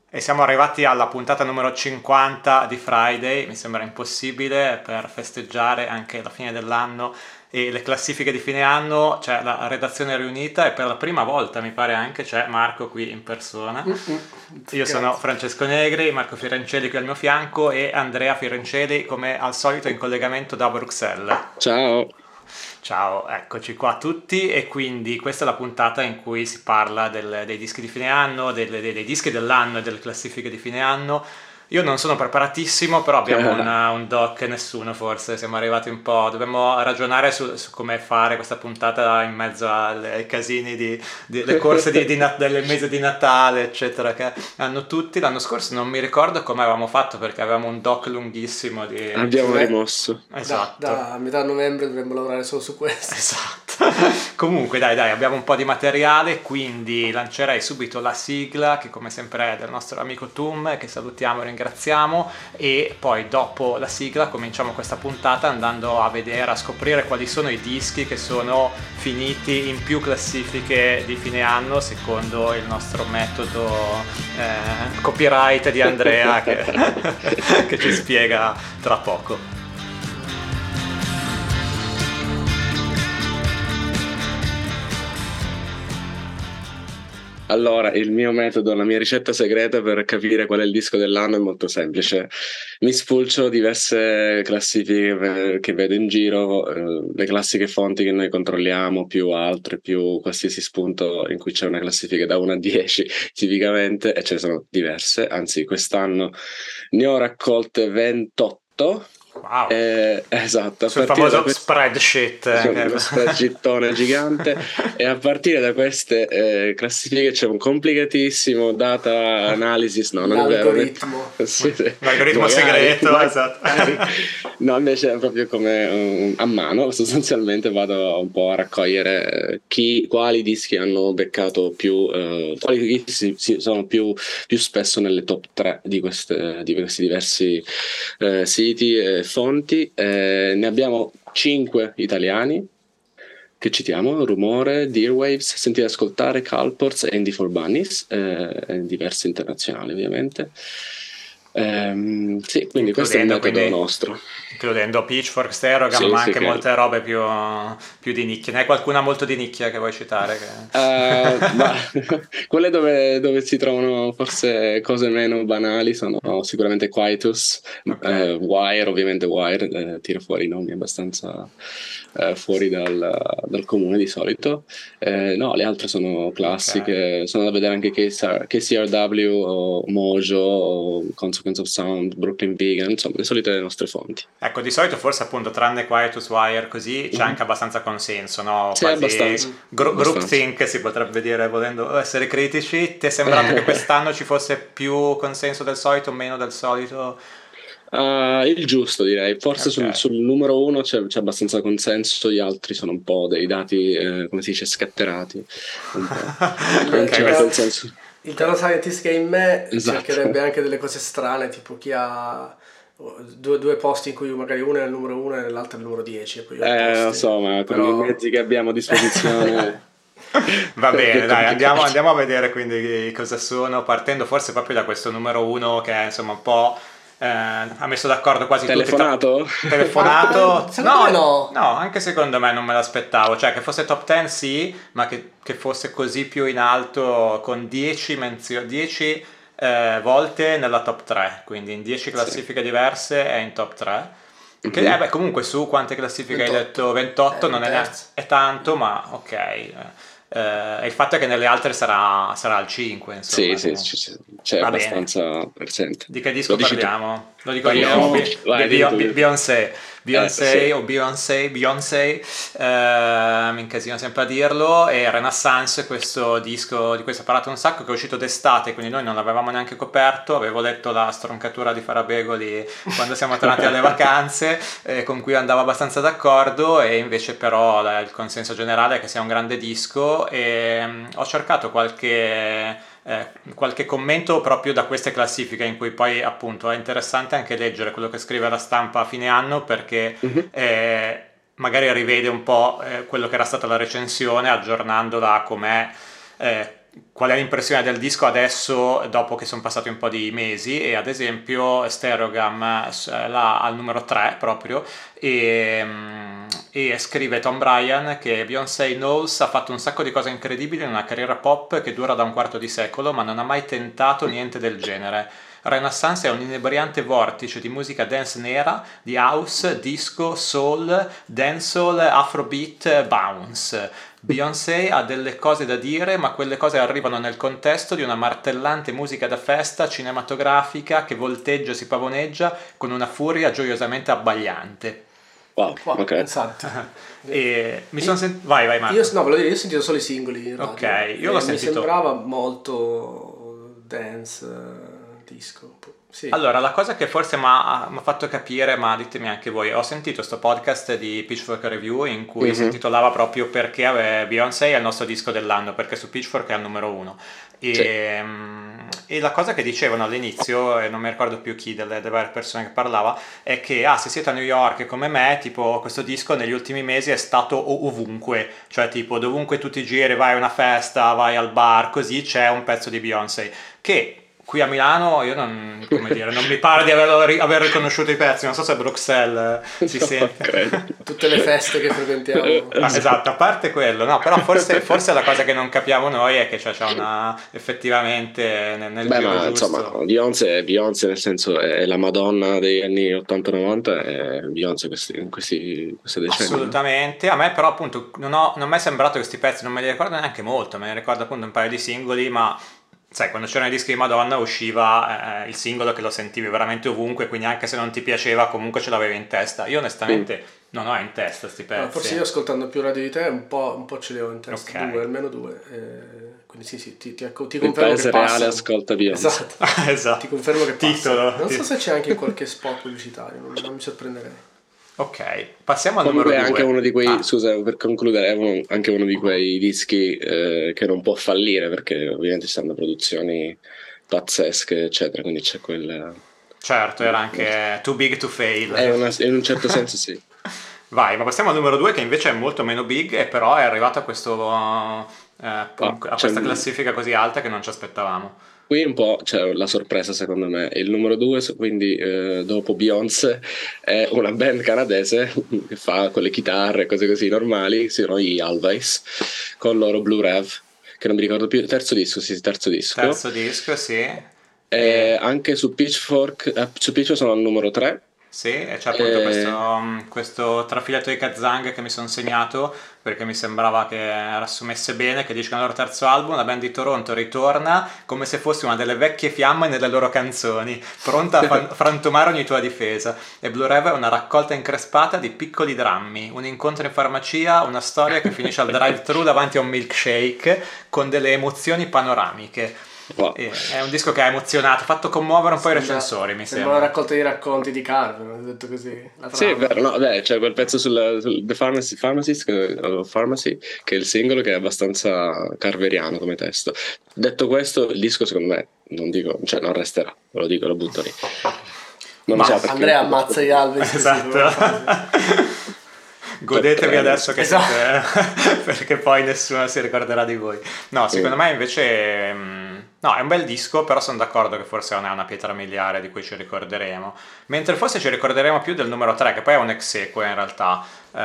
E siamo arrivati alla puntata numero 50 di Friday, mi sembra impossibile per festeggiare anche la fine dell'anno e le classifiche di fine anno, c'è la redazione riunita e per la prima volta mi pare anche c'è Marco qui in persona. Io sono Francesco Negri, Marco Firencelli qui al mio fianco e Andrea Firencelli come al solito in collegamento da Bruxelles. Ciao. Ciao, eccoci qua tutti e quindi questa è la puntata in cui si parla dei dischi di fine anno, dei dischi dell'anno e delle classifiche di fine anno. Io non sono preparatissimo, però abbiamo un doc, nessuno forse, siamo arrivati un po', dobbiamo ragionare su come fare questa puntata in mezzo ai casini le corse del mese di Natale, eccetera, che hanno tutti. L'anno scorso non mi ricordo come avevamo fatto perché avevamo un doc lunghissimo Abbiamo rimosso. Esatto. Da metà novembre dovremmo lavorare solo su questo. Esatto. Comunque dai, abbiamo un po' di materiale, quindi lancerei subito la sigla che come sempre è del nostro amico Tum, che salutiamo e ringraziamo, e poi dopo la sigla cominciamo questa puntata andando a vedere, a scoprire quali sono i dischi che sono finiti in più classifiche di fine anno secondo il nostro metodo copyright di Andrea che ci spiega tra poco. Allora, il mio metodo, la mia ricetta segreta per capire qual è il disco dell'anno è molto semplice. Mi spulcio diverse classifiche che vedo in giro, le classiche fonti che noi controlliamo, più altre, più qualsiasi spunto in cui c'è una classifica da 1 a 10 tipicamente, e ce ne sono diverse, anzi quest'anno ne ho raccolte 28. Wow. Esatto, sul famoso spreadsheet, uno spreadsheetone gigante, e a partire da queste classifiche c'è un complicatissimo data analysis, no, non è vero, sì. L'algoritmo segreto, esatto. No, invece è proprio come a mano, sostanzialmente vado un po' a raccogliere quali dischi hanno beccato più, quali dischi sono più spesso nelle top 3 di questi diversi siti fonti. Ne abbiamo 5 italiani che citiamo: Rumore, Dearwaves, Sentire Ascoltare, Calports e Indie for Bunnies, diversi internazionali ovviamente. Sì, quindi questo è il metodo nostro. Includendo Pitchfork, Stereogam, ma anche molte robe più di nicchia. Ne hai qualcuna molto di nicchia che vuoi citare? Quelle dove si trovano forse cose meno banali sono sicuramente Quietus, okay. Wire, ovviamente Wire, tira fuori i nomi abbastanza fuori dal comune di solito. No, le altre sono classiche, okay. Sono da vedere anche KCRW o Mojo o Consequence of Sound, Brooklyn Vegan, insomma le solite nostre fonti. Ecco, di solito forse appunto tranne Quietus, Wire così c'è anche abbastanza consenso, no? Sì, abbastanza. Groupthink si potrebbe dire volendo essere critici. Ti è sembrato che quest'anno ci fosse più consenso del solito o meno del solito? Il giusto, direi. Forse okay. sul numero 1 c'è abbastanza consenso, gli altri sono un po' dei dati, come si dice, scatterati. Un po'. Non c'è consenso. Il data scientist che è in me cercherebbe anche delle cose strane, tipo chi ha due posti in cui magari uno è il numero 1 e l'altro è il numero 10. Lo so, ma con i mezzi che abbiamo a disposizione... Va bene, dai, andiamo a vedere quindi cosa sono, partendo forse proprio da questo numero 1 che è insomma un po'... ha messo d'accordo quasi telefonato? tutti. Telefonato? No, anche secondo me non me l'aspettavo, cioè che fosse top 10 sì, ma che fosse così più in alto con 10 volte nella top 3, quindi in 10 classifiche diverse è in top 3. Che comunque su quante classifiche 28. Hai detto? 28 non è tanto, ma ok. Il fatto è che nelle altre sarà al 5, insomma. Sì, c'è abbastanza presente. Di che disco parliamo? Lo dico io, Beyoncé o Beyoncé, mi incasino sempre a dirlo. E Renaissance, questo disco di cui si è parlato un sacco, che è uscito d'estate, quindi noi non l'avevamo neanche coperto. Avevo letto la stroncatura di Farabegoli quando siamo tornati alle vacanze, con cui andavo abbastanza d'accordo, e invece però il consenso generale è che sia un grande disco. E ho cercato qualche commento proprio da queste classifiche, in cui poi appunto è interessante anche leggere quello che scrive la stampa a fine anno, perché magari rivede un po' quello che era stata la recensione, aggiornandola a com'è qual è l'impressione del disco adesso dopo che sono passati un po' di mesi, e ad esempio Stereogam là al numero 3 proprio, e scrive Tom Bryan che Beyoncé Knowles ha fatto un sacco di cose incredibili in una carriera pop che dura da un quarto di secolo, ma non ha mai tentato niente del genere. Renaissance è un inebriante vortice di musica dance nera, di house, disco, soul, dancehall, afrobeat, bounce. Beyoncé ha delle cose da dire, ma quelle cose arrivano nel contesto di una martellante musica da festa cinematografica che volteggia e si pavoneggia con una furia gioiosamente abbagliante. Wow, ok. Pensate. E mi sono vai Marco. Io ho sentito solo i singoli in radio. Ok, io l'ho sentito. Mi sembrava molto dance, disco. Sì. Allora, la cosa che forse mi ha fatto capire, ma ditemi anche voi, ho sentito sto podcast di Pitchfork Review in cui si intitolava proprio perché Beyoncé è il nostro disco dell'anno, perché su Pitchfork è al numero 1. E la cosa che dicevano all'inizio, e non mi ricordo più chi delle varie persone che parlava, è che se siete a New York come me, tipo questo disco negli ultimi mesi è stato ovunque, cioè tipo dovunque tu ti giri, vai a una festa, vai al bar, così c'è un pezzo di Beyoncé, che qui a Milano io non mi pare di aver riconosciuto i pezzi, non so se a Bruxelles si sente. Tutte le feste che frequentiamo. Esatto, a parte quello, no, però forse la cosa che non capiamo noi è che c'è una effettivamente nel Beh, giro ma giusto. insomma, Beyoncé nel senso è la Madonna degli anni 80-90, è Beyoncé questi decenni. Assolutamente, a me però appunto non mi è mai sembrato che questi pezzi, non me li ricordo neanche molto, me ne ricordo appunto un paio di singoli, ma sai, quando c'erano i dischi di Madonna usciva il singolo che lo sentivi veramente ovunque, quindi anche se non ti piaceva comunque ce l'avevi in testa. Io onestamente non ho in testa sti pezzi. Forse io ascoltando più radio di te un po' ce li ho in testa, Okay. almeno due. Quindi sì, ti confermo Il paese che reale passano. ascolta Beyoncé. Esatto. Esatto. Ti confermo che Titolo. passano. Non so se c'è anche qualche spot pubblicitario, non mi sorprenderei. Ok, passiamo al Comunque numero è 2. anche uno di quei, scusa, per concludere, è anche uno di quei dischi che non può fallire, perché ovviamente ci stanno produzioni pazzesche, eccetera, quindi c'è quel... Certo, era anche Too Big to Fail. In un certo senso sì. Vai, ma passiamo al numero 2 che invece è molto meno big e però è arrivato a questa classifica così alta che non ci aspettavamo. Qui un po' c'è la sorpresa secondo me. Il numero 2, quindi dopo Beyoncé, è una band canadese che fa con le chitarre e cose così normali, si chiamano gli Always, con loro Blue Rev, che non mi ricordo più, terzo disco, sì. Terzo disco, sì. Anche su Pitchfork sono al numero 3. Sì, e c'è appunto questo trafiletto di Kazang che mi sono segnato perché mi sembrava che assumesse bene, che dice che nel loro terzo album la band di Toronto ritorna come se fosse una delle vecchie fiamme nelle loro canzoni, pronta a frantumare ogni tua difesa. E Blue Rev è una raccolta increspata di piccoli drammi, un incontro in farmacia, una storia che finisce al drive-thru davanti a un milkshake con delle emozioni panoramiche. Wow. È un disco che ha emozionato, ha fatto commuovere un po' i recensori, mi sembra. Una raccolta di racconti di Carver, ho detto così. Sì, è vero, no, beh, c'è quel pezzo sul The Pharmacy, che è il singolo, che è abbastanza carveriano come testo. Detto questo, il disco secondo me, non resterà, ve lo dico, lo butto lì. Non so perché. Andrea ammazza gli alberi. Esatto. Godetevi adesso che siete, perché poi nessuno si ricorderà di voi. No, secondo me invece no, è un bel disco, però sono d'accordo che forse non è una pietra miliare di cui ci ricorderemo, mentre forse ci ricorderemo più del numero 3, che poi è un ex equo in realtà.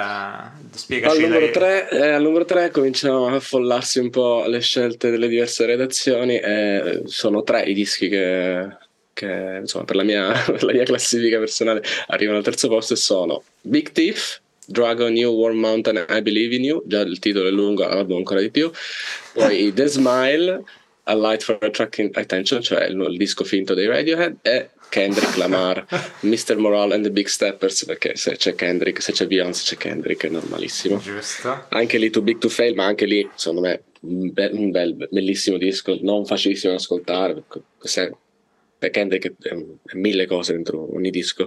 Spiegaci al numero 3 cominciano a affollarsi un po' le scelte delle diverse redazioni, e sono 3 i dischi che insomma per la mia classifica personale arrivano al terzo posto, e sono Big Thief, Dragon, New Warm Mountain, I Believe in You, già il titolo è lungo, l'album ancora di più, poi The Smile, A Light for Attracting Attention, cioè il disco finto dei Radiohead, e Kendrick Lamar, Mr. Morale and the Big Steppers, perché se c'è Kendrick, se c'è Beyoncé c'è Kendrick, è normalissimo. Giusto. Anche lì Too Big to Fail, ma anche lì secondo me un bellissimo disco, non facilissimo da ascoltare, perché Kendrick è mille cose dentro ogni disco.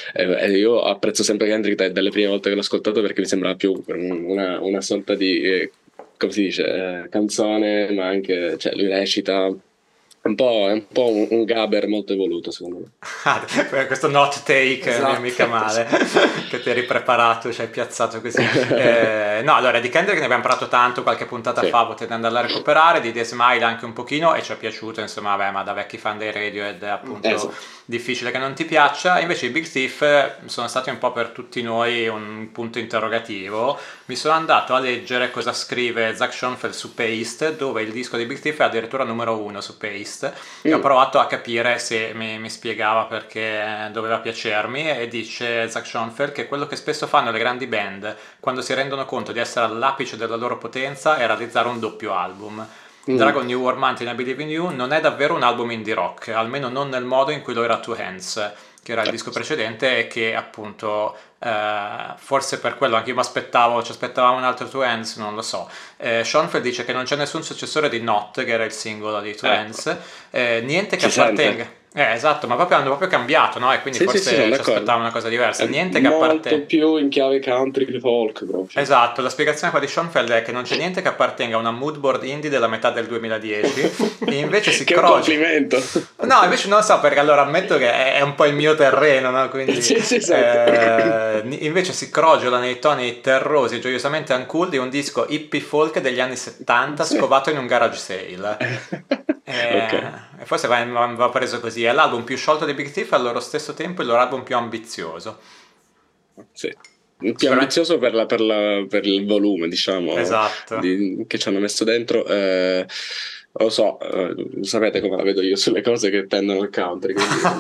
Io apprezzo sempre Kendrick dalle prime volte che l'ho ascoltato, perché mi sembrava più una sorta di come si dice, canzone, ma anche, cioè, lui recita, È un po' un Gaber molto evoluto, secondo me. Questo not take esatto. Non è mica male, che ti eri preparato, ci hai piazzato così. No, allora di Kendrick ne abbiamo parlato tanto qualche puntata fa, potete andare a recuperare, di The Smile anche un pochino, e ci è piaciuto, insomma, vabbè, ma da vecchi fan dei Radiohead è appunto difficile che non ti piaccia. Invece i Big Thief sono stati un po' per tutti noi un punto interrogativo. Mi sono andato a leggere cosa scrive Zach Schoenfeld su Paste, dove il disco di Big Thief è addirittura numero 1 su Paste, e ho provato a capire se mi spiegava perché doveva piacermi, e dice Zach Schoenfeld che quello che spesso fanno le grandi band quando si rendono conto di essere all'apice della loro potenza è realizzare un doppio album. Dragon New War Mountain I Believe in You non è davvero un album indie rock, almeno non nel modo in cui lo era Two Hands, che era il disco precedente, e che appunto forse per quello anche io ci aspettavamo un altro Two Hands, non lo so. Schoenfeld dice che non c'è nessun successore di Not, che era il singolo di Two Hands, niente che appartenga. Esatto, ma hanno proprio cambiato, no? E quindi forse ci aspettavamo una cosa diversa. Niente che appartenga. Molto più in chiave country folk proprio. Esatto, la spiegazione qua di Schoenfeld è che non c'è niente che appartenga a una moodboard indie della metà del 2010, e invece si crogia. Che complimento! No, invece non lo so, perché allora ammetto che è un po' il mio terreno, no? Quindi, esatto. Invece si crogiola nei toni terrosi e gioiosamente uncool di un disco hippie folk degli anni 70 scovato in un garage sale. E forse va preso così. È l'album più sciolto dei Big Thief e allo stesso tempo il loro album più ambizioso. Sì, più ambizioso per il volume, diciamo, esatto, che ci hanno messo dentro. Lo so, sapete come la vedo io sulle cose che tendono al country.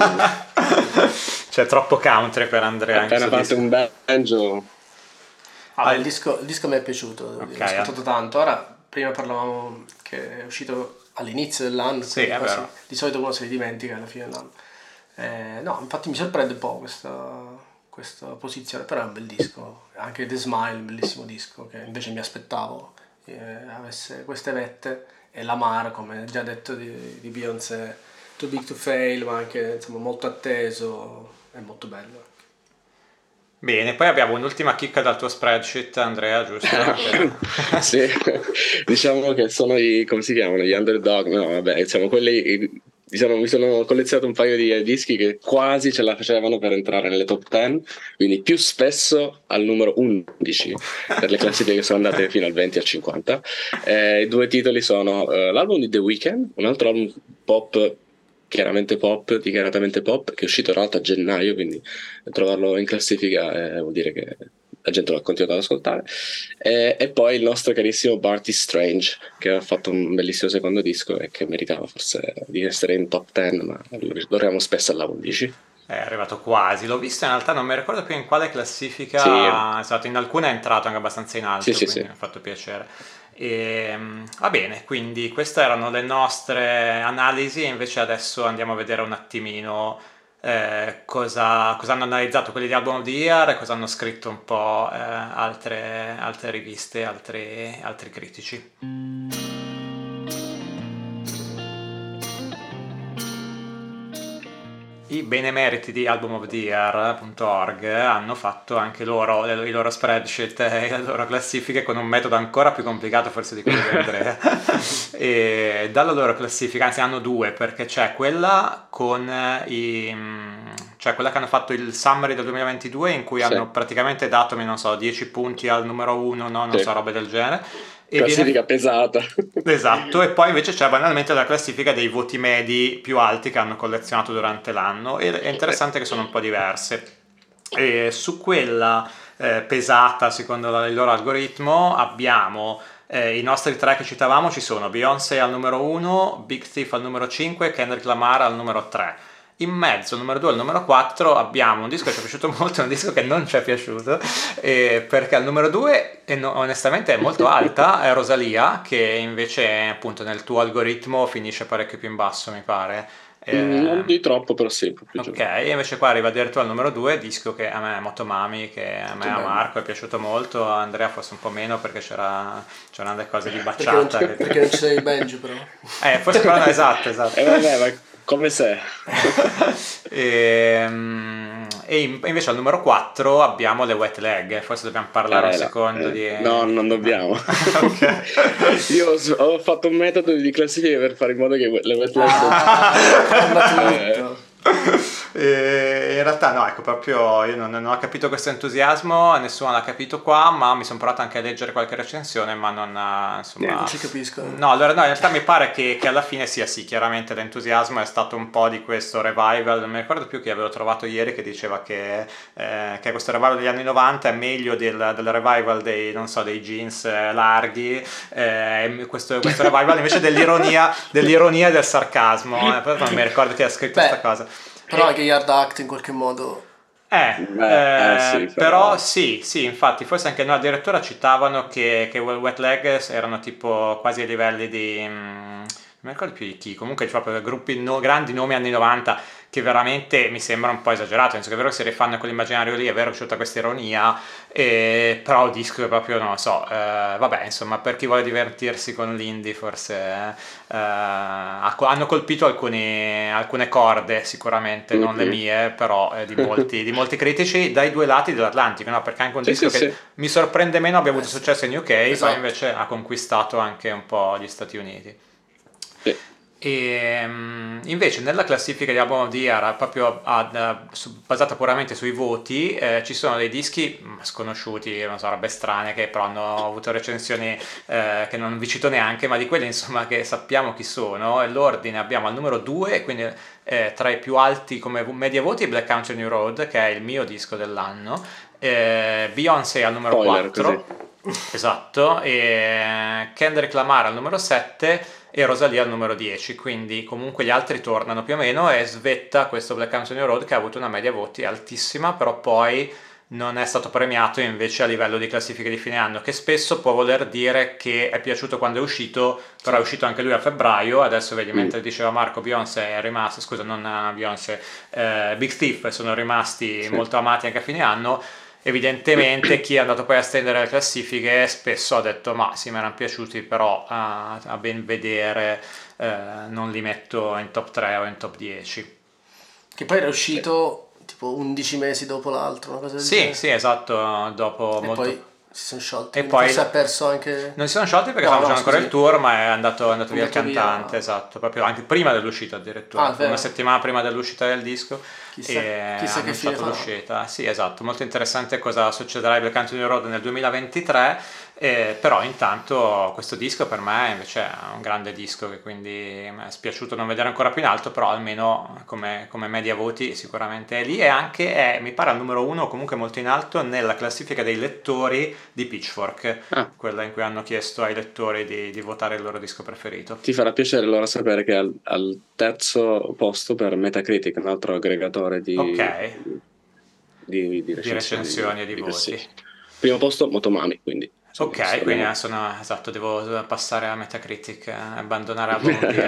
C'è troppo country per Andrea. Appena parte un banjo. Il disco mi è piaciuto, l'ho ascoltato tanto. Ora, prima parlavamo che è uscito all'inizio dell'anno, sì, è vero. Di solito uno se li dimentica alla fine dell'anno. No, infatti mi sorprende un po' questa posizione, però è un bel disco. Anche The Smile, un bellissimo disco, che invece mi aspettavo avesse queste vette, e l'Amar, come già detto di Beyoncé, Too Big to Fail, ma anche insomma molto atteso, è molto bello. Bene, poi abbiamo un'ultima chicca dal tuo spreadsheet, Andrea, giusto? Sì, diciamo che sono come si chiamano, gli underdog, no vabbè, siamo quelli, mi sono collezionato un paio di dischi che quasi ce la facevano per entrare nelle top 10, quindi più spesso al numero 11 per le classifiche che sono andate fino al 20 al 50. I due titoli sono l'album di The Weeknd, un altro album pop, dichiaratamente pop, che è uscito in realtà a gennaio, quindi trovarlo in classifica vuol dire che la gente lo ha continuato ad ascoltare, e poi il nostro carissimo Barty Strange, che ha fatto un bellissimo secondo disco e che meritava forse di essere in top 10, ma lo ricordiamo spesso alla 11. È arrivato quasi, l'ho visto in realtà, non mi ricordo più in quale classifica, è stato in alcune, è entrato anche abbastanza in alto, quindi mi ha fatto piacere. Va bene, quindi queste erano le nostre analisi, e invece adesso andiamo a vedere un attimino cosa hanno analizzato quelli di Album of the Year e cosa hanno scritto un po' altre riviste, altri critici. I benemeriti di albumoftheyear.org hanno fatto anche loro i loro spreadsheet e le loro classifiche con un metodo ancora più complicato forse di quello di Andrea. E dalla loro classifica, anzi hanno due, perché c'è quella con cioè quella che hanno fatto il summary del 2022, in cui hanno praticamente dato, non so, 10 punti al numero 1, no? Non so, robe del genere. Classifica pesata. Esatto, e poi invece c'è banalmente la classifica dei voti medi più alti che hanno collezionato durante l'anno, e è interessante che sono un po' diverse. E su quella pesata, secondo il loro algoritmo, abbiamo i nostri tre che citavamo, ci sono Beyoncé al numero 1, Big Thief al numero 5 e Kendrick Lamar al numero 3. In mezzo, al numero 2 e al numero 4, abbiamo un disco che ci è piaciuto molto e un disco che non ci è piaciuto, perché al numero 2, onestamente è molto alta, è Rosalia, che invece appunto nel tuo algoritmo finisce parecchio più in basso, mi pare. Non di troppo, però sì. Ok, e invece qua arriva addirittura al numero 2, disco che a me è Motomami, che a me a Marco è piaciuto molto, a Andrea forse un po' meno perché c'erano delle cose di bacciata. Perché non ci sei il banjo però. Forse però no, esatto. Vabbè, ma come se. E invece al numero 4 abbiamo le Wet Leg, forse dobbiamo parlare un secondo di... No, non dobbiamo. Okay. Io ho fatto un metodo di classifica per fare in modo che le Wet Leg... In realtà no, ecco, proprio io non ho capito questo entusiasmo, nessuno l'ha capito qua, ma mi sono provato anche a leggere qualche recensione, ma insomma... non ci capisco. No, allora no, in realtà mi pare che alla fine sia sì, chiaramente l'entusiasmo è stato un po' di questo revival, non mi ricordo più chi avevo trovato ieri che diceva che questo revival degli anni 90 è meglio del revival dei, non so, dei jeans larghi, questo revival invece dell'ironia e del sarcasmo, però non mi ricordo chi ha scritto questa cosa. Però anche Yard Act in qualche modo... sì, però sì, infatti, forse anche no, addirittura citavano che Wet Leg erano tipo quasi ai livelli di... non mi ricordo più di chi, comunque proprio gruppi, grandi nomi anni 90, che veramente mi sembra un po' esagerato, nel senso che è vero che si rifanno a quell'immaginario lì, è vero che c'è tutta questa ironia, però il disco è proprio, non lo so, vabbè, insomma, per chi vuole divertirsi con l'indie forse hanno colpito alcune corde sicuramente, non le mie, però di molti critici dai due lati dell'Atlantico, no? Perché anche un disco che mi sorprende meno abbia avuto successo in UK, esatto. Poi invece ha conquistato anche un po' gli Stati Uniti. E invece nella classifica di album of the year, proprio basata puramente sui voti, ci sono dei dischi sconosciuti, non so, robe strane, che però hanno avuto recensioni che non vi cito neanche, ma di quelli insomma che sappiamo chi sono. E l'ordine abbiamo al numero 2, quindi tra i più alti come media voti, Black Country New Road, che è il mio disco dell'anno, Beyoncé al numero 4, esatto, e Kendrick Lamar al numero 7 e Rosalia al numero 10, quindi comunque gli altri tornano più o meno e svetta questo Black Country New Road che ha avuto una media voti altissima, però poi non è stato premiato invece a livello di classifiche di fine anno, che spesso può voler dire che è piaciuto quando è uscito, però è uscito anche lui a febbraio, adesso vedi, mentre diceva Marco, Beyoncé è rimasta, scusa, non Beyoncé, Big Thief sono rimasti molto amati anche a fine anno. Evidentemente chi è andato poi a stendere le classifiche spesso ha detto ma sì, mi erano piaciuti, però a ben vedere non li metto in top 3 o in top 10. Che poi era uscito tipo 11 mesi dopo l'altro, una cosa del genere. Sì, esatto, dopo e molto... poi si sono sciolti, e poi forse ha perso anche... Non si sono sciolti perché stanno facendo ancora il tour, ma è andato via il cantante, via. Esatto, proprio anche prima dell'uscita addirittura, una settimana prima dell'uscita del disco. Chissà che fine farà. L'uscita. Sì, esatto, molto interessante cosa succederà ai Black Country New Road nel 2023, però intanto questo disco per me invece è un grande disco che quindi mi è spiaciuto non vedere ancora più in alto, però almeno come media voti sicuramente è lì, e anche mi pare al numero 1 comunque molto in alto nella classifica dei lettori di Pitchfork, quella in cui hanno chiesto ai lettori di votare il loro disco preferito. Ti farà piacere allora sapere che al terzo posto per Metacritic, un altro aggregatore di recensioni e di voti. Sì. Primo posto Motomami, quindi. Ok, quindi esatto, devo passare a Metacritic, abbandonare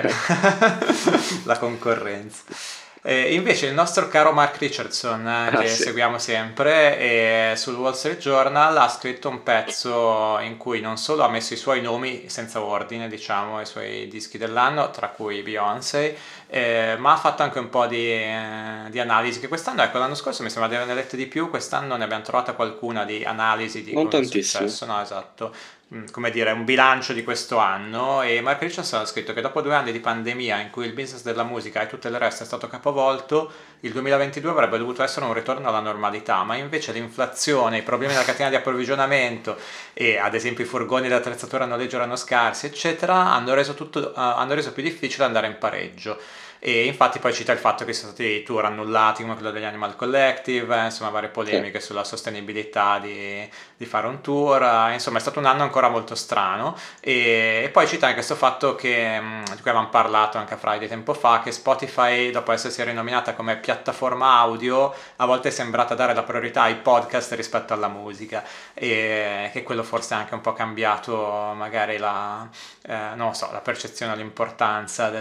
la concorrenza. Invece il nostro caro Mark Richardson, che seguiamo sempre, sul Wall Street Journal ha scritto un pezzo in cui non solo ha messo i suoi nomi senza ordine, diciamo, i suoi dischi dell'anno, tra cui Beyoncé, ma ha fatto anche un po' di analisi, che quest'anno, ecco, l'anno scorso mi sembra di averne lette di più, quest'anno ne abbiamo trovata qualcuna di analisi di cosa è successo, no, esatto, come dire, un bilancio di questo anno. E Mark Richardson ha scritto che dopo 2 anni di pandemia in cui il business della musica e tutto il resto è stato capovolto, il 2022 avrebbe dovuto essere un ritorno alla normalità, ma invece l'inflazione, i problemi della catena di approvvigionamento e ad esempio i furgoni dell'attrezzatura a noleggio erano scarsi, eccetera, hanno reso più difficile andare in pareggio. E infatti poi cita il fatto che sono stati tour annullati come quello degli Animal Collective, insomma varie polemiche sulla sostenibilità di fare un tour, insomma è stato un anno ancora molto strano. E poi cita anche questo fatto di cui avevamo parlato anche a Friday tempo fa, che Spotify, dopo essersi rinominata come piattaforma audio, a volte è sembrata dare la priorità ai podcast rispetto alla musica, e che quello forse ha anche un po' cambiato magari la percezione, l'importanza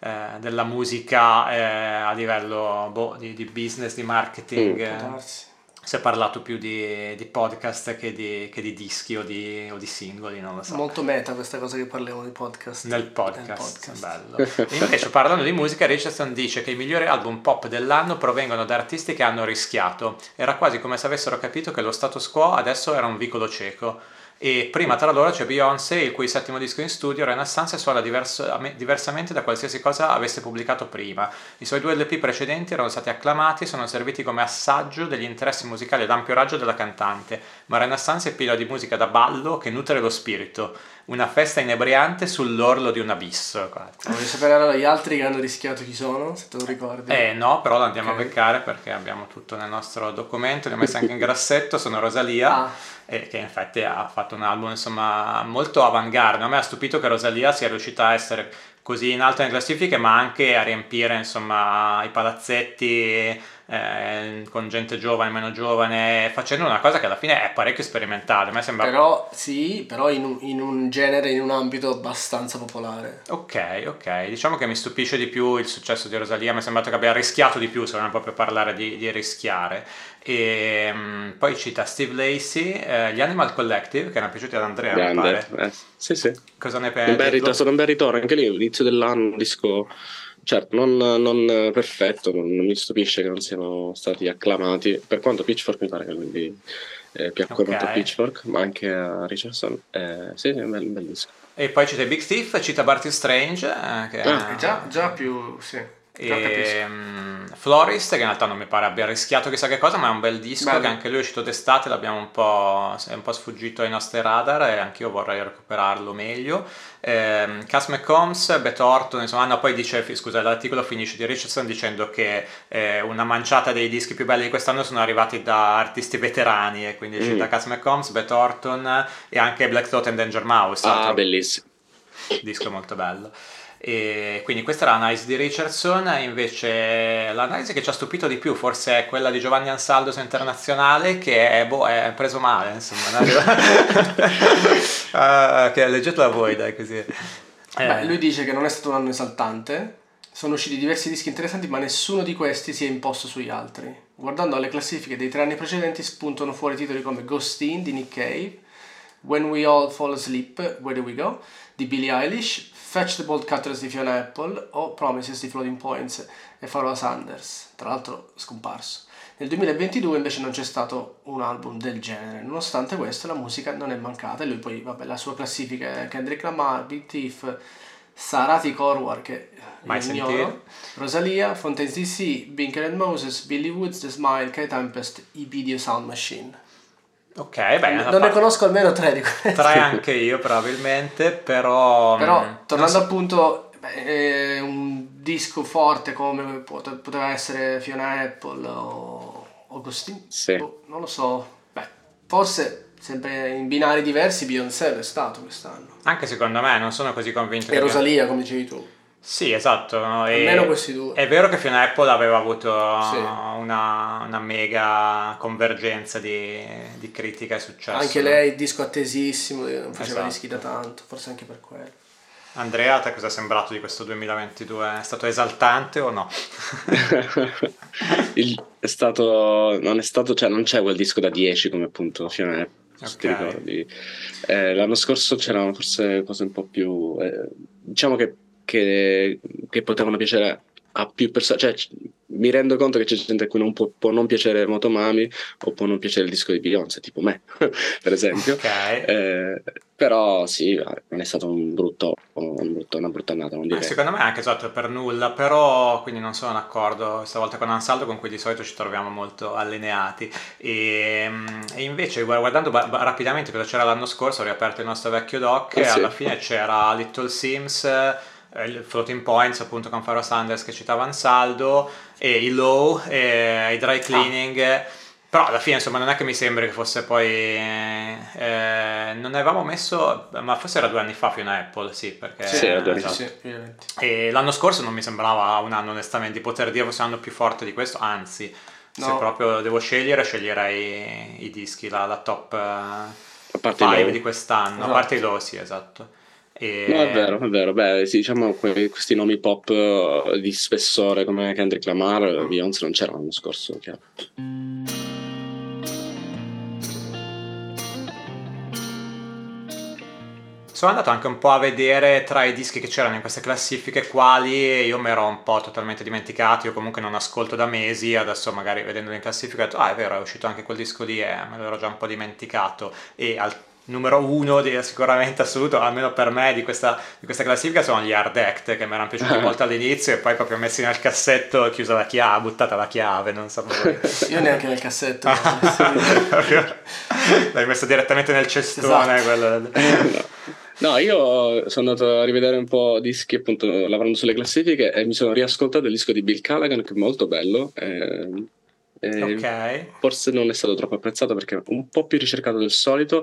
della musica a livello di business, di marketing. si è parlato più di podcast che di dischi o di singoli, non lo so. Molto meta questa cosa che parliamo di podcast. Nel podcast. Bello. Invece, parlando di musica, Richardson dice che i migliori album pop dell'anno provengono da artisti che hanno rischiato. Era quasi come se avessero capito che lo status quo adesso era un vicolo cieco. E prima tra loro c'è Beyoncé, il cui settimo disco in studio, Renaissance, suona diversamente da qualsiasi cosa avesse pubblicato prima. I suoi 2 LP precedenti erano stati acclamati e sono serviti come assaggio degli interessi musicali ad ampio raggio della cantante, ma Renaissance è pieno di musica da ballo che nutre lo spirito, una festa inebriante sull'orlo di un abisso. Voglio sapere allora gli altri che hanno rischiato chi sono, se te lo ricordi. No, però lo andiamo a beccare perché abbiamo tutto nel nostro documento, li ho messi anche in grassetto, sono Rosalia. Che infatti ha fatto un album insomma molto avanguardia. A me ha stupito che Rosalia sia riuscita a essere così in alto nelle classifiche, ma anche a riempire insomma i palazzetti con gente giovane, meno giovane, facendo una cosa che alla fine è parecchio sperimentale. A me sembra... Però in un genere, in un ambito abbastanza popolare. Ok, diciamo che mi stupisce di più il successo di Rosalia, mi è sembrato che abbia rischiato di più, se non proprio parlare di rischiare. E poi cita Steve Lacy, gli Animal Collective, che mi è piaciuti ad Andrea, mi pare. Sì. Cosa ne pensi? È stato un bel ritorno, anche lì all'inizio dell'anno, un disco, certo, non perfetto, non mi stupisce che non siano stati acclamati, per quanto Pitchfork mi pare che lui piacque molto a Pitchfork, ma anche a Richardson. Sì, è un bel disco. E poi cita Big Thief, cita Barty Strange, che già più, sì. E Florist, che in realtà non mi pare abbia rischiato chissà che cosa, ma è un bel disco. Bello. Che anche lui è uscito d'estate, è un po' sfuggito ai nostri radar e anch'io vorrei recuperarlo meglio. Cass McCombs, Beth Orton, insomma, poi dice, scusa, l'articolo finisce di Richardson dicendo che una manciata dei dischi più belli di quest'anno sono arrivati da artisti veterani, e quindi cita Cass McCombs, Beth Orton e anche Black Thought and Danger Mouse. Bellissimo. Disco molto bello. E quindi questa è l'analisi di Richardson. Invece l'analisi che ci ha stupito di più forse è quella di Giovanni Ansaldo su Internazionale, che è preso male, insomma. Che leggetela voi, dai, così. Lui dice che non è stato un anno esaltante, sono usciti diversi dischi interessanti, ma nessuno di questi si è imposto sugli altri. Guardando alle classifiche dei 3 anni precedenti spuntano fuori titoli come Ghostin di Nick Cave, When We All Fall Asleep, Where Do We Go di Billie Eilish, Fetch the Bolt Cutters di Fiona Apple o Promises di Floating Points e Pharoah Sanders, tra l'altro scomparso. Nel 2022 invece non c'è stato un album del genere, nonostante questo la musica non è mancata, e lui poi, la sua classifica è Kendrick Lamar, Big Thief, Sarati Korwar, che ignoro, Rosalia, Fontaines DC, Binker and Moses, Billy Woods, The Smile, Kai Tempest, i Video Sound Machine. Ok, beh, non ne conosco almeno 3 di questi. 3 anche io probabilmente, però tornando al punto, è un disco forte come poteva essere Fiona Apple o Ghostin. Sì. Non lo so, forse sempre in binari diversi Beyoncé è stato quest'anno. Anche secondo me non sono così convinto. E Rosalia, come dicevi tu. Sì, esatto. Almeno questi 2. È vero che Fiona Apple aveva avuto una mega convergenza di critica e successo. Anche lei, disco attesissimo, non faceva dischi da tanto, forse anche per quello. Andrea, a te cosa è sembrato di questo 2022? È stato esaltante o no? Non c'è quel disco da 10 come appunto Fiona Apple. Ti ricordi? L'anno scorso c'erano forse cose un po' più diciamo che potevano piacere a più persone, cioè mi rendo conto che c'è gente a cui non può non piacere Motomami o può non piacere il disco di Beyoncé, tipo me per esempio. Però sì, non è stato una brutta annata, non direi. Secondo me anche esatto, per nulla, però quindi non sono d'accordo stavolta con Ansaldo, con cui di solito ci troviamo molto allineati. E invece guardando rapidamente cosa c'era l'anno scorso, ho riaperto il nostro vecchio doc e alla fine c'era Little Sims, il Floating Points appunto con Pharoah Sanders che citava Ansaldo, e i Low, i Dry Cleaning. Però alla fine insomma non è che mi sembri che fosse poi non avevamo messo, ma forse era 2 anni fa Fiona Apple, sì, perché era 2 anni fa. E l'anno scorso non mi sembrava un anno onestamente di poter dire fosse un anno più forte di questo, anzi se proprio devo sceglierei i dischi, la top 5 di quest'anno, a parte i Low, sì, esatto. No, è vero. Beh, sì, diciamo questi nomi pop di spessore come Kendrick Lamar, Beyoncé non c'erano l'anno scorso, chiaro. sono andato anche un po' a vedere tra i dischi che c'erano in queste classifiche quali io mi ero un po' totalmente dimenticato, io comunque non ascolto da mesi, adesso magari vedendolo in classifica ho detto, ah è vero, è uscito anche quel disco lì e me l'ero già un po' dimenticato, e al numero uno sicuramente assoluto, almeno per me, di questa classifica sono gli Hard Act, che mi erano piaciuti molto all'inizio e poi proprio messi nel cassetto, chiusa la chiave, buttata la chiave, non so voi. Io neanche nel cassetto. L'hai messo direttamente nel cestone. Esatto. No, io sono andato a rivedere un po' dischi, appunto, lavorando sulle classifiche, e mi sono riascoltato il disco di Bill Callaghan, che è molto bello. Ok. Forse non è stato troppo apprezzato perché è un po' più ricercato del solito.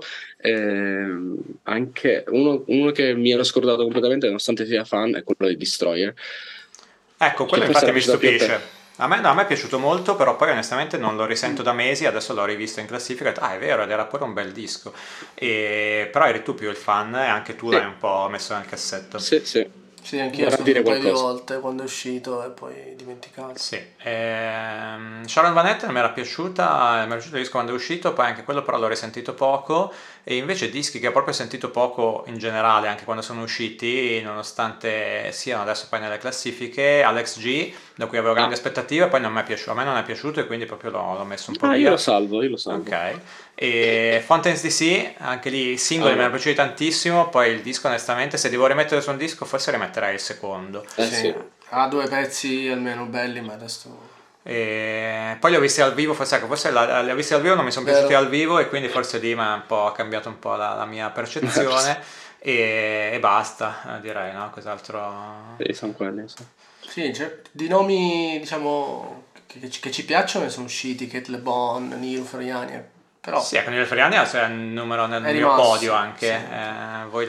Anche uno che mi ero scordato completamente, nonostante sia fan, è quello di Destroyer. Ecco, quello Che forse infatti era mi piaciuto più a te. stupisce. No, a me è piaciuto molto, però poi onestamente non lo risento da mesi, adesso l'ho rivisto in classifica e ho detto, ah è vero, ed era pure un bel disco. Però eri tu più il fan e anche tu Sì, l'hai un po' messo nel cassetto. sì. Sì, anch'io ho Vorrà ascoltato dire un paio di qualcosa. volte quando è uscito e poi dimenticato. Sì, Sharon Van Etten mi era piaciuta il disco quando è uscito, poi anche quello però l'ho risentito poco, e invece dischi che ho proprio sentito poco in generale, anche quando sono usciti, nonostante siano adesso poi nelle classifiche, Alex G, da cui avevo grandi Ah, aspettative, poi non mi è piaciuto, a me non è piaciuto e quindi proprio l'ho messo un po' io lo via. salvo, io lo salvo. Ok, e Fountains DC, anche lì i singoli mi Ah, erano piaciuti tantissimo, poi il disco onestamente se devo rimettere su un disco forse rimetterei il secondo. Sì, sì. ha due pezzi almeno belli, ma adesso... E poi li ho visti al vivo, forse li ho visti al vivo, non mi sono Vero. piaciuti al vivo e quindi forse lì mi ha un po' cambiato un po' la mia percezione e basta, direi, no? Cos'altro? Sì, sono quelli, sì. Sì, di nomi, diciamo, che ci piacciono ne sono usciti, Kate Le Bon, Niro Ferriani, però Sì, con il Feriani c'è il numero nel è mio rimasto, podio anche, sì. voi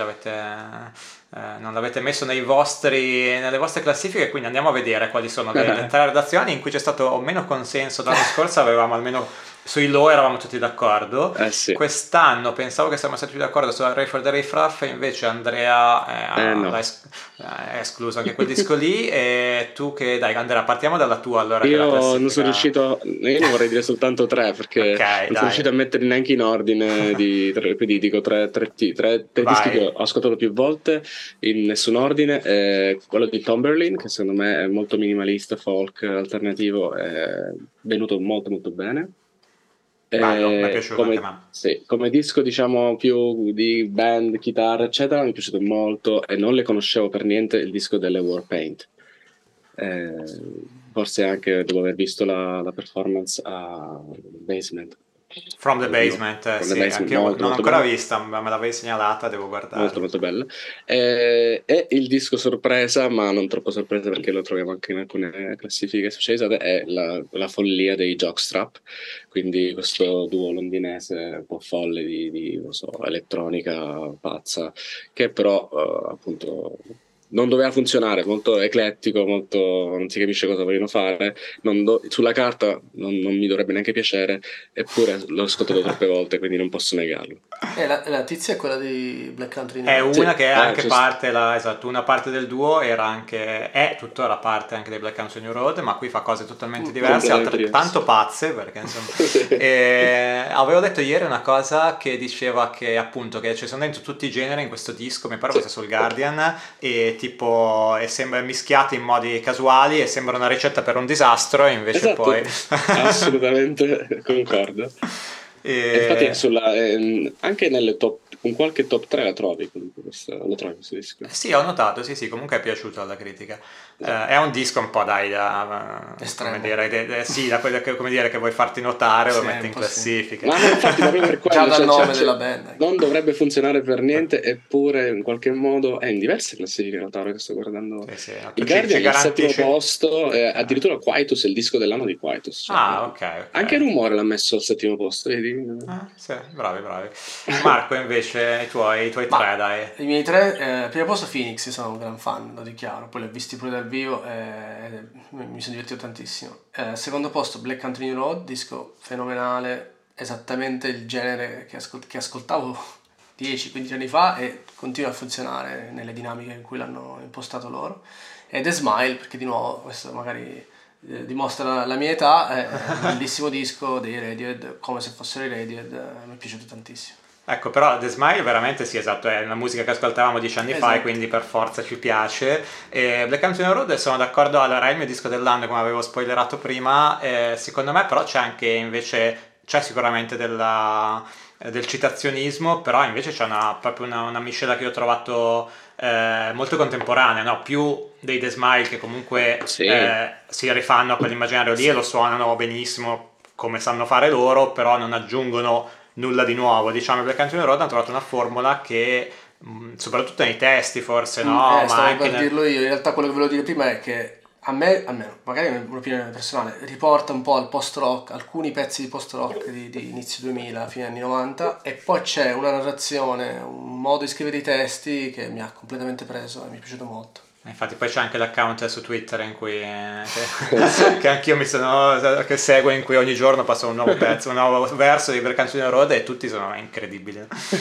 non l'avete messo nelle vostre classifiche, quindi andiamo a vedere quali sono le tre redazioni in cui c'è stato meno consenso. L'anno scorso avevamo almeno sui low eravamo tutti d'accordo, Sì. quest'anno pensavo che saremmo stati tutti d'accordo sulla Ray for the Ray Fraff, invece Andrea No. l'ha escluso anche quel disco lì, e tu che dai Andrea, partiamo dalla tua allora, che è la Io non sono classifica. riuscito, io ne vorrei dire soltanto tre perché Ok, non sono dai, riuscito a metterli neanche in ordine quindi dico tre dischi che vai. ho ascoltato più volte in nessun ordine. Quello di Tomberlin, che secondo me è molto minimalista, folk, alternativo, è venuto molto molto bene. Bello, mi è piaciuto anche a me. Sì, come disco diciamo più di band, chitarra eccetera mi è piaciuto molto, e non le conoscevo per niente il disco delle Warpaint. Forse anche dopo aver visto la performance a Basement. From the Basement, From the sì, Basement, anche io molto non l'ho molto ancora bello. vista, ma me l'avevi segnalata, devo Molto guardarla. molto bella. E il disco sorpresa, ma non troppo sorpresa perché lo troviamo anche in alcune classifiche specializzate, è la follia dei Jockstrap, quindi questo duo londinese un po' folle non so, elettronica pazza, che però appunto non doveva funzionare, molto eclettico, molto non si capisce cosa vogliono fare, sulla carta non mi dovrebbe neanche piacere, eppure l'ho ascoltato troppe volte, quindi non posso negarlo. La tizia è quella di Black Country È New una Road. che è anche Giusto. parte, esatto, una parte del duo è tuttora parte anche dei Black Country New Road, ma qui fa cose totalmente diverse, Completamente altrettanto diverso. pazze, perché insomma... Sì. Avevo letto ieri una cosa che diceva che appunto che ci sono dentro tutti i generi in questo disco, mi pare Sì, fosse sul Guardian, e tipo sembra mischiati in modi casuali e sembra una ricetta per un disastro, e invece esatto, poi... assolutamente concordo. E infatti E... anche con qualche top 3 la trovi comunque lo trovi questo disco. Sì, ho notato, sì, sì, comunque è piaciuto alla critica. Esatto. È un disco un po', dai, come Estremo. dire, sì, da quello come dire che vuoi farti notare, lo Sì, metti un in po' sì. classifica. Ma no, infatti proprio per Già quello, dal nome cioè, della band. Ecco. non dovrebbe funzionare per niente, eppure in qualche modo è in diverse classifiche in realtà, ora che sto guardando. Sì, sì, no, tu Il ci Guardian è al settimo garantisci... posto, Ok. addirittura Quietus è il disco dell'anno di Quietus. Cioè, Ah, ok, anche ok. Rumore l'ha messo al settimo posto, vedi? Sì, bravi, bravi. Marco, invece, i tuoi tre, Ma dai. i miei tre, primo posto Phoenix, io sono un gran fan, lo dichiaro, poi li ho visti pure dal vivo e mi sono divertito tantissimo. Secondo posto Black Country New Road, disco fenomenale, esattamente il genere che ascoltavo 10-15 anni fa e continua a funzionare nelle dinamiche in cui l'hanno impostato loro. E The Smile, perché di nuovo questo magari dimostra la mia età, è un bellissimo disco dei Radiohead, come se fossero i Radiohead, mi è piaciuto tantissimo. Ecco, però The Smile veramente sì, esatto, è una musica che ascoltavamo 10 anni fa e quindi per forza ci piace. E Black Country Road sono d'accordo, allora è il mio disco dell'anno come avevo spoilerato prima, secondo me però c'è anche invece, c'è sicuramente del citazionismo, però invece c'è proprio una miscela che io ho trovato molto contemporanea, no? Più dei The Smile che comunque si rifanno a quell'immaginario lì e lo suonano benissimo come sanno fare loro, però non aggiungono nulla di nuovo. Diciamo, Black Country Road hanno trovato una formula che soprattutto nei testi forse, no? Ma stavo anche per dirlo io, in realtà quello che volevo dire prima è che a me, almeno, magari è un'opinione personale, riporta un po' al post-rock, alcuni pezzi di post-rock di inizio 2000, fine anni 90, e poi c'è una narrazione, un modo di scrivere i testi che mi ha completamente preso e mi è piaciuto molto. Infatti poi c'è anche l'account su Twitter in cui che anch'io che seguo, in cui ogni giorno passa un nuovo pezzo, un nuovo verso di Black Country Road e tutti sono incredibili.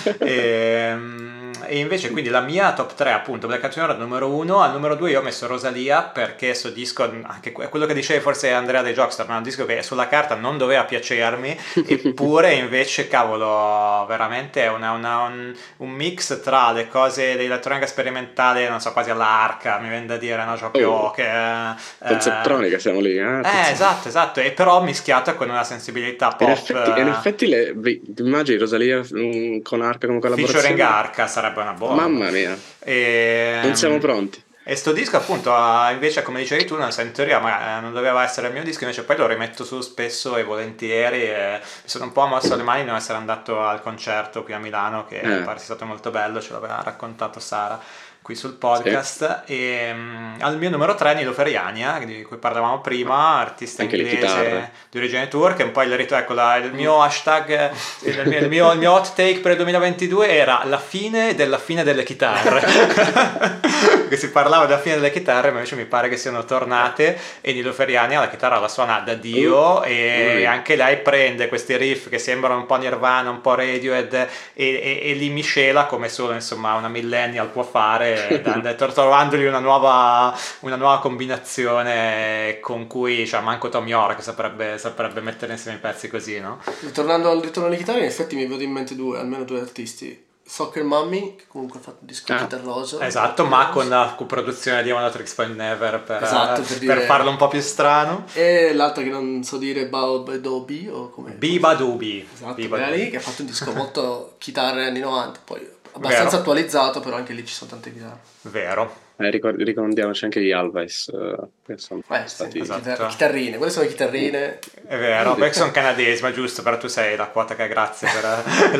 E invece quindi la mia top 3 appunto Black Country Road numero 1, al numero 2 io ho messo Rosalia perché sto disco, anche quello che dicevi forse Andrea dei Jockstar, ma è un disco che sulla carta non doveva piacermi eppure invece cavolo veramente è un mix tra le cose dell'elettronica sperimentale, non so, quasi all'arca mi viene da dire, no? Proprio che conceptronica siamo lì, esatto, e però mischiata con una sensibilità pop. In effetti immagini Rosalia con arca come collaborazione featuring arca sarebbe una buona. Mamma mia, non siamo pronti. E sto disco appunto invece come dicevi tu in teoria non doveva essere il mio disco, invece poi lo rimetto su spesso e volentieri e mi sono un po' mosso le mani di non essere andato al concerto qui a Milano che pare sia stato molto bello, ce l'aveva raccontato Sara qui sul podcast. E al mio numero 3 Nilo Ferriania, di cui parlavamo prima, artista anche inglese di origine turca, un po' il mio hashtag, il mio hot take per il 2022 era la fine delle chitarre che si parlava della fine delle chitarre, ma invece mi pare che siano tornate e Nilo Ferriania la chitarra la suona da Dio e anche lei prende questi riff che sembrano un po' Nirvana, un po' Radiohead e li miscela come solo insomma una millennial può fare, trovandogli una nuova combinazione con cui manco Tom York saprebbe mettere insieme i pezzi così, no? Tornando al ritorno alle chitarre, in effetti mi vedo in mente almeno due artisti. Soccer Mommy, che comunque ha fatto un disco chitarroso. Esatto, ma con la coproduzione di One Tricks Point Never per farlo un po' più strano. E l'altro che non so dire, Baobadobi o come? Bibadubi. Esatto, lì che ha fatto un disco molto chitarre anni 90, poi abbastanza attualizzato, però anche lì ci sono tante chitarre. Vero. Ricordiamoci anche gli Alves che sono stati chitarrine, quelle sono chitarrine. È vero, perché sono canadesi, ma giusto, però tu sei la quota che grazie per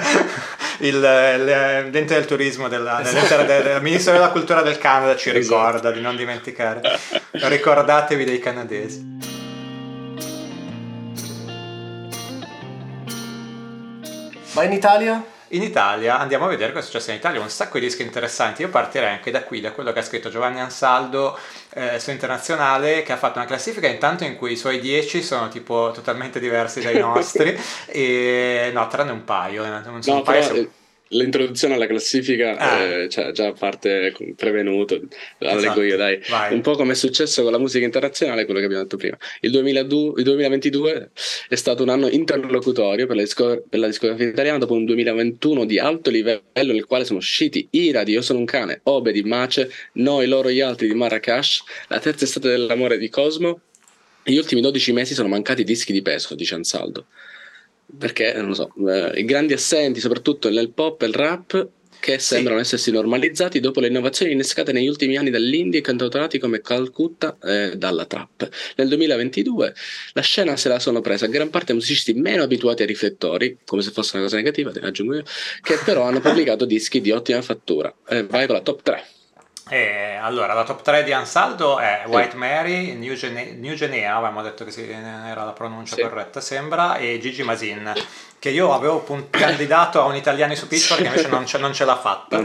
l'ente del turismo del ministro della cultura del Canada ci ricorda di non dimenticare. Ricordatevi dei canadesi. Ma in Italia? In Italia andiamo a vedere cosa è successo in Italia, un sacco di dischi interessanti. Io partirei anche da quello che ha scritto Giovanni Ansaldo su Internazionale, che ha fatto una classifica intanto in cui i suoi 10 sono tipo totalmente diversi dai nostri e no, tranne un paio, non so, no, un paio però l'introduzione alla classifica già parte prevenuto, la leggo io, dai. Vai. Un po' come è successo con la musica internazionale, quello che abbiamo detto prima. Il 2022 è stato un anno interlocutorio per la discografia italiana dopo un 2021 di alto livello nel quale sono usciti Ira di Io sono un cane, Obe di Mace, Noi, loro, gli altri di Marracash, la terza estate dell'amore di Cosmo. Gli ultimi 12 mesi sono mancati dischi di peso, dice Ansaldo. Perché, non lo so, i grandi assenti soprattutto nel pop e il rap che sembrano essersi normalizzati dopo le innovazioni innescate negli ultimi anni dall'indie e cantautorati come Calcutta dalla trap. Nel 2022 la scena se la sono presa gran parte musicisti meno abituati ai riflettori, come se fosse una cosa negativa, te ne aggiungo io, che però hanno pubblicato dischi di ottima fattura. Vai con la top 3. Allora, la top 3 di Ansaldo è White Mary, New Genea, avevamo detto che era la pronuncia corretta, sembra, e Gigi Masin, che io avevo candidato a un Italiani su Pitchfork che invece non ce l'ha fatta.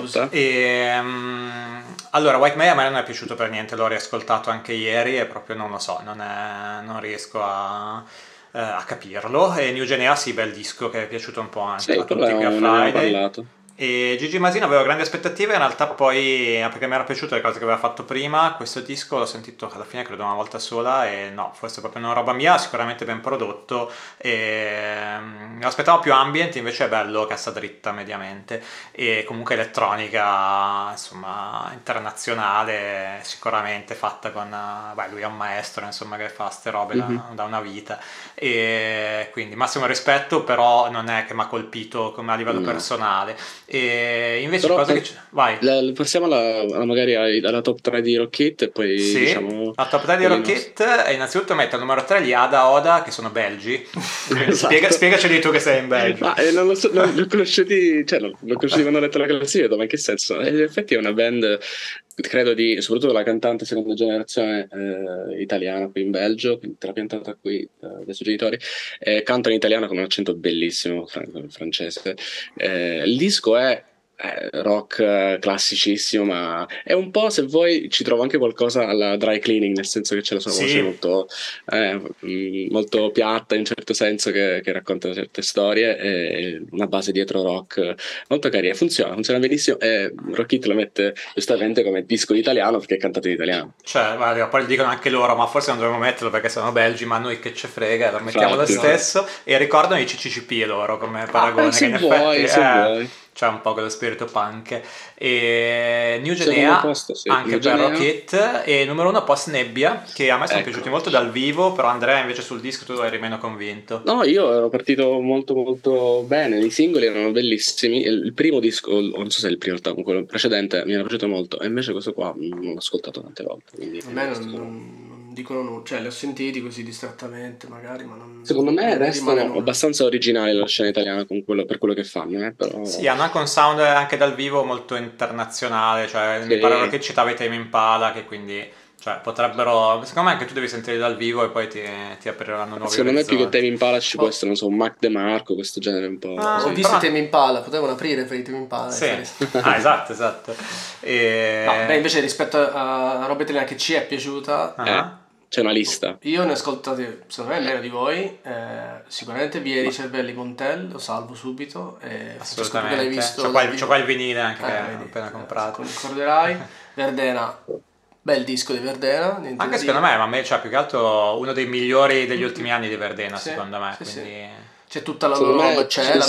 Allora, White Mary a me non è piaciuto per niente, l'ho riascoltato anche ieri e proprio non lo so, non riesco a capirlo. E New Genea sì, bel disco che è piaciuto un po' anche a tutti qui a Friday. E Gigi Masino avevo grandi aspettative, in realtà poi, perché mi era piaciuto le cose che aveva fatto prima, questo disco l'ho sentito alla fine credo una volta sola e no, forse proprio una roba mia, sicuramente ben prodotto, mi aspettavo più ambient, invece è bello, cassa dritta mediamente, e comunque elettronica, insomma, internazionale, sicuramente fatta con, lui è un maestro, insomma, che fa ste robe da una vita, e quindi massimo rispetto, però non è che mi ha colpito come a livello personale. E invece Però, cosa che c'è? Vai. Passiamo magari alla top 3 di Rockit e poi Sì, diciamo la top 3 di Rockit è innanzitutto metto al numero 3 gli Ada Oda, che sono belgi. Esatto. Spiegaceli tu che sei in Belgio. Ma non lo so, non l'ho conosciuti, cioè non l'ho conosciuti quando ho letto la classifica, ma in che senso? In effetti è una band, credo soprattutto la cantante seconda generazione italiana qui in Belgio, che era piantata qui dai suoi genitori, canta in italiano con un accento bellissimo, francese. Il disco è rock classicissimo, ma è un po', se vuoi, ci trovo anche qualcosa alla Dry Cleaning, nel senso che c'è la sua voce molto piatta in un certo senso, che racconta certe storie, e una base dietro rock molto carina, funziona benissimo, e Rockit lo mette giustamente come disco italiano perché è cantato in italiano. Cioè, guarda, poi dicono anche loro, ma forse non dovremmo metterlo perché sono belgi, ma noi che ce frega, lo mettiamo lo stesso. E ricordano i CCCP loro come paragone, che in effetti vuoi. c'è un po' quello spirito punk. E New Genea, posto, sì. anche per Rockit, e numero 1 Post Nebbia, che a me sono piaciuti molto dal vivo, però Andrea invece sul disco tu eri meno convinto. No, io ero partito molto molto bene, i singoli erano bellissimi, il primo disco, non so se è il primo, quello precedente, mi era piaciuto molto, e invece questo qua non l'ho ascoltato tante volte. A me non dicono nulla, cioè li ho sentiti così distrattamente magari, ma non... Secondo me restano abbastanza originali la scena italiana per quello che fanno, però... Sì, hanno anche un sound anche dal vivo molto internazionale, cioè sì. Mi pare che citava i Tame Impala, che quindi potrebbero, secondo me anche tu devi sentire dal vivo e poi ti apriranno nuovi secondo orizzonti. Me più che Tame Impala ci può essere, non so, un Mac DeMarco, questo genere un po'. Ho visto Tame Impala, potevano aprire per i Tame Impala. Sì, esatto. No, invece rispetto a roba italiana che ci è piaciuta... C'è una lista. Io ne ho ascoltati, secondo me, meno di voi. Sicuramente Vieri Cervelli Montel, lo salvo subito. Assolutamente. L'hai visto, c'ho qua il vinile anche che ho appena comprato. Ricorderai. Verdena, bel disco di Verdena. Anche secondo me, ma più che altro uno dei migliori degli ultimi anni di Verdena, secondo me. Sì, quindi... C'è tutta la loro roba,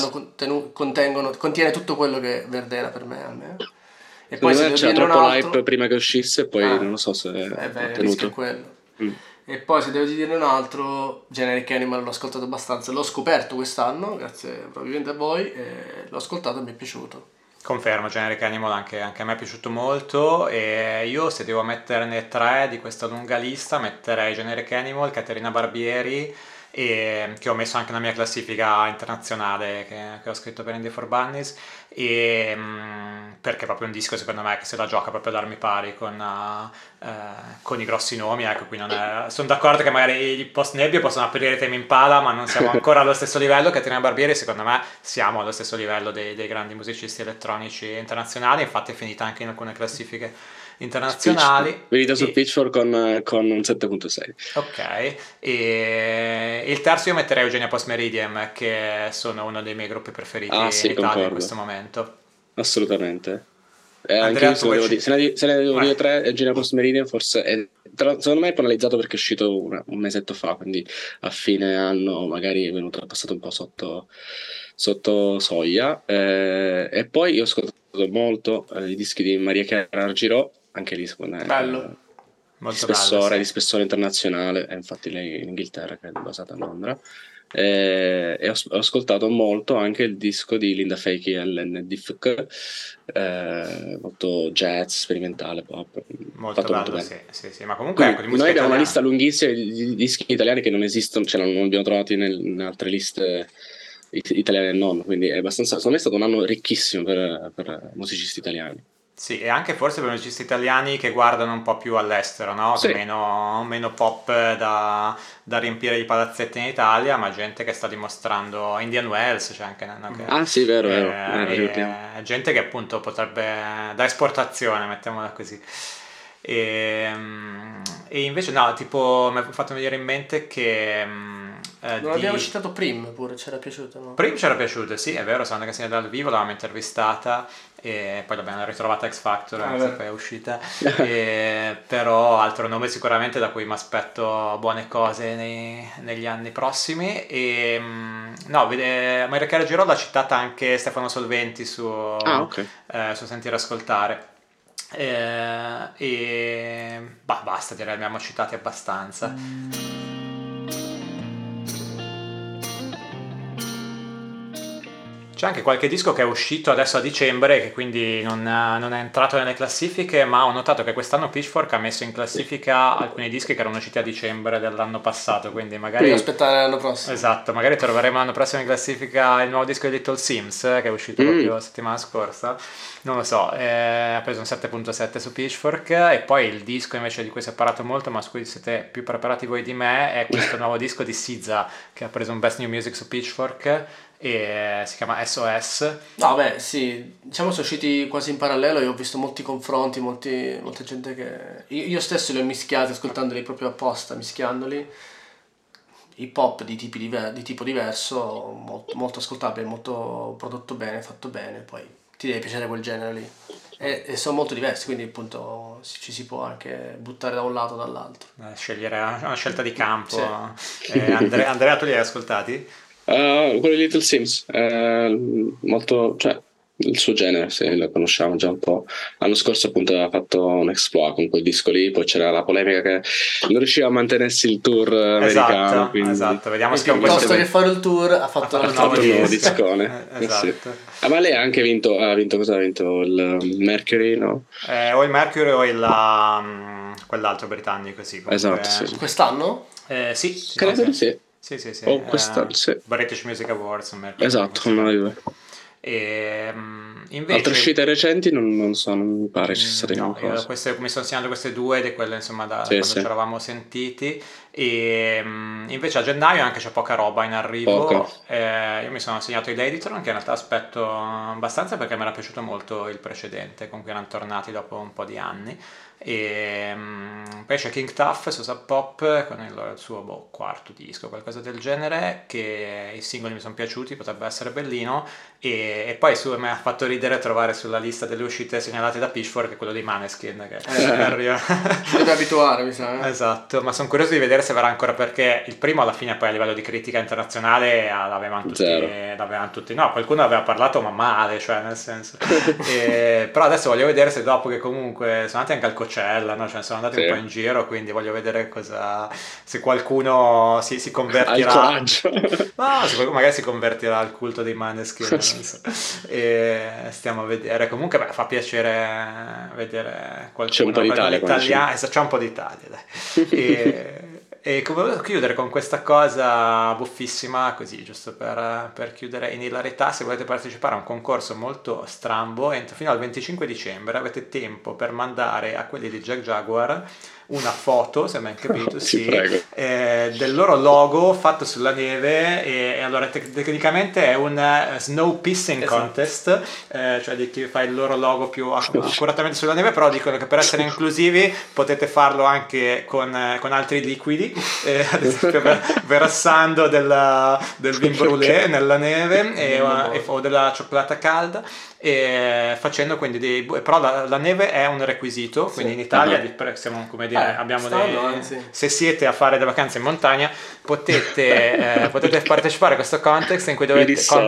contiene tutto quello che è Verdena per me, almeno. E poi se c'era troppo hype prima che uscisse, e poi non lo so se è tenuto. Quello. E poi se devo dirne un altro, Generic Animal l'ho ascoltato abbastanza, l'ho scoperto quest'anno grazie probabilmente a voi, e l'ho ascoltato e mi è piaciuto. Confermo, Generic Animal anche a me è piaciuto molto, e io se devo metterne 3 di questa lunga lista metterei Generic Animal, Caterina Barbieri, e che ho messo anche nella mia classifica internazionale che ho scritto per Indie for Bunnies, e perché è proprio un disco secondo me che se la gioca proprio ad armi pari con i grossi nomi, ecco, qui sono d'accordo che magari i Post Nebbia possono aprire Tame Impala, ma non siamo ancora allo stesso livello. Caterina Barbieri secondo me siamo allo stesso livello dei grandi musicisti elettronici internazionali, infatti è finita anche in alcune classifiche internazionali. Venita su Pitchfork con un 7.6. Ok, e il terzo io metterei Eugenia Post Meridiem, che sono uno dei miei gruppi preferiti in Italia in questo momento. Assolutamente. Andrea, anche io se ne devo dire 3, Eugenia Post Meridiem forse è, secondo me è penalizzato perché è uscito un mesetto fa, quindi a fine anno magari è passato un po' sotto soglia, e poi io ho ascoltato molto i dischi di Maria Chiara Argirò, anche lì secondo me bello, molto spessore, di spessore internazionale, e infatti lei in Inghilterra, credo, basata a Londra, e ho ascoltato molto anche il disco di Linda Fakey e LNDFK, molto jazz, sperimentale, pop, molto bello, molto bene. Sì, ma comunque ecco, noi abbiamo una lista lunghissima di dischi italiani che non esistono, cioè non abbiamo trovati in altre liste italiane, non, quindi è abbastanza, secondo me è stato un anno ricchissimo per musicisti italiani. Sì, e anche forse per musicisti italiani che guardano un po' più all'estero, no? Sì. Meno pop da riempire i palazzetti in Italia, ma gente che sta dimostrando, Indian Wells, c'è anche sì, vero. Gente che appunto potrebbe, da esportazione, mettiamola così. E invece no, tipo mi ha fatto venire in mente che Non abbiamo citato Prim pure, c'era piaciuto, no? Prim c'era piaciuto, sì, è vero, Sandra Cassini dal vivo, l'avevamo intervistata e poi l'abbiamo ritrovata X Factor, che poi è uscita, però altro nome sicuramente da cui mi aspetto buone cose negli anni prossimi. E no, America Giro l'ha citata anche Stefano Solventi su Sentire Ascoltare. Basta, direi, abbiamo citati abbastanza. C'è anche qualche disco che è uscito adesso a dicembre, che quindi non è entrato nelle classifiche, ma ho notato che quest'anno Pitchfork ha messo in classifica alcuni dischi che erano usciti a dicembre dell'anno passato, quindi magari... Devo aspettare l'anno prossimo. Esatto, magari troveremo l'anno prossimo in classifica il nuovo disco di Little Sims, che è uscito proprio la settimana scorsa. Non lo so, ha preso un 7.7 su Pitchfork, e poi il disco invece di cui si è parlato molto, ma su cui siete più preparati voi di me, è questo nuovo disco di SZA, che ha preso un Best New Music su Pitchfork, e si chiama SOS. No, beh, sì, diciamo sono usciti quasi in parallelo. Io ho visto molti confronti, molta gente che... Io stesso li ho mischiati, ascoltandoli proprio apposta, mischiandoli. Hip hop di tipo diverso, molto, molto ascoltabile, molto prodotto bene, fatto bene, poi ti deve piacere quel genere lì. E sono molto diversi, quindi appunto ci si può anche buttare da un lato o dall'altro. Scegliere una scelta di campo. Sì. Andrea, tu li hai ascoltati? Quello di Little Sims, molto, cioè il suo genere, se lo conosciamo già un po'. L'anno scorso appunto aveva fatto un exploit con quel disco lì, poi c'era la polemica che non riusciva a mantenersi il tour americano. Esatto, vediamo se piuttosto che fare il tour ha fatto un nuovo discone. Esatto. Sì. Ma lei ha anche vinto cosa ha vinto? Il Mercury, no? O il Mercury o quell'altro britannico, sì. Comunque... Esatto, sì. Quest'anno? Sì. Credo di sì. Sì. Sì. British Music Awards. Esatto, non e invece altre uscite recenti non mi pare ci sia stata cosa. Mi sto segnando queste due di quelle, insomma, da quando ci eravamo sentiti, e invece a gennaio anche c'è poca roba in arrivo. Io mi sono segnato i Ladytron, che in realtà aspetto abbastanza perché mi era piaciuto molto il precedente, con cui erano tornati dopo un po' di anni. E poi c'è King Tuff su Sub Pop con il suo quarto disco, qualcosa del genere, che i singoli mi sono piaciuti, potrebbe essere bellino. E poi mi ha fatto ridere trovare sulla lista delle uscite segnalate da Pitchfork quello dei Maneskin, che arriva. Ci deve abituare, mi sa. Esatto, ma sono curioso di vedere se verrà ancora, perché il primo alla fine poi a livello di critica internazionale l'avevano tutti, no, qualcuno aveva parlato ma male, cioè nel senso. Però adesso voglio vedere se dopo, che comunque sono andati anche al Coachella, no? Cioè sono andati un po' in giro, quindi voglio vedere se qualcuno si convertirà. Ha il coraggio. No, se qualcuno magari si convertirà al culto dei Maneskin. E stiamo a vedere. Comunque fa piacere vedere qualcuno. C'è un po' d'Italia, c'è un po' d'Italia, dai. E come volevo chiudere con questa cosa buffissima, così giusto per chiudere in ilarità, se volete partecipare a un concorso molto strambo, fino al 25 dicembre avete tempo per mandare a quelli di Jack Jaguar una foto, se ben capito, del loro logo fatto sulla neve, e allora tecnicamente è un snow pissing contest, cioè di chi fa il loro logo più accuratamente sulla neve, però dicono che per essere inclusivi potete farlo anche con altri liquidi, ad esempio versando del vin brûlé nella neve o della cioccolata calda, e facendo quindi però la neve è un requisito, quindi in Italia siamo, come dire, abbiamo se siete a fare delle vacanze in montagna potete partecipare a questo contest in cui dovete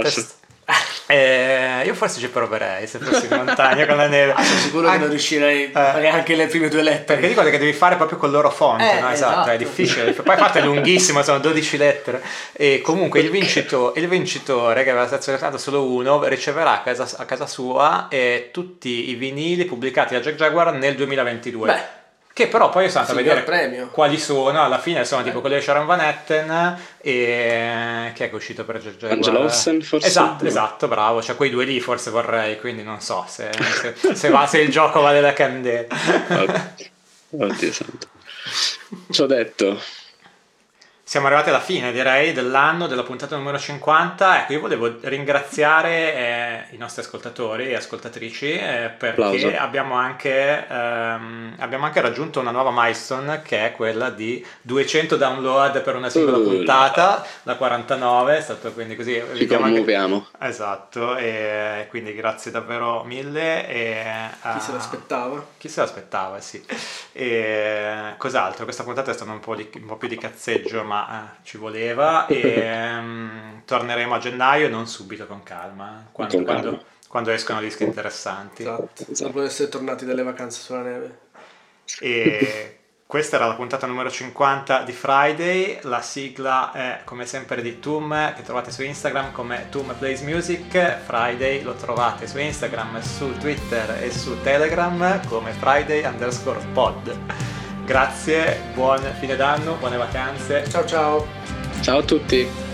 io forse ci proverei se fossi in montagna con la neve. Sono sicuro che non riuscirei a fare anche le prime 2 lettere, perché dico che devi fare proprio con il loro font, no? Esatto, è difficile, poi infatti è lunghissimo, sono 12 lettere, e comunque il vincitore, che aveva selezionato solo uno, riceverà a casa sua tutti i vinili pubblicati da Jack Jaguar nel 2022. Che però poi io sono andato a vedere quali sono, alla fine sono tipo quelli di Sharon Van Etten, e chi è che è uscito per Jack Jaguar? Angela Olsen forse? Esatto, bravo, cioè quei due lì forse vorrei, quindi non so se il gioco vale la candela. Oddio santo. Ci ho detto. Siamo arrivati alla fine, direi, dell'anno, della puntata numero 50. Ecco, io volevo ringraziare i nostri ascoltatori e ascoltatrici perché Applauso. abbiamo anche raggiunto una nuova milestone, che è quella di 200 download per una singola puntata, la 49, è stato quindi così. Ci commuoviamo. Esatto, e quindi grazie davvero mille. Chi se l'aspettava? Chi se l'aspettava, sì. E cos'altro? Questa puntata è stata un po' più di cazzeggio, ma ci voleva, e torneremo a gennaio, non subito, con calma, quando escono dischi interessanti. Esatto, dopo essere tornati dalle vacanze sulla neve. E questa era la puntata numero 50 di Friday. La sigla è come sempre di Toom, che trovate su Instagram come Toom Plays Music. Friday lo trovate su Instagram, su Twitter e su Telegram come Friday_pod. Grazie, buon fine d'anno, buone vacanze. Ciao ciao. Ciao a tutti.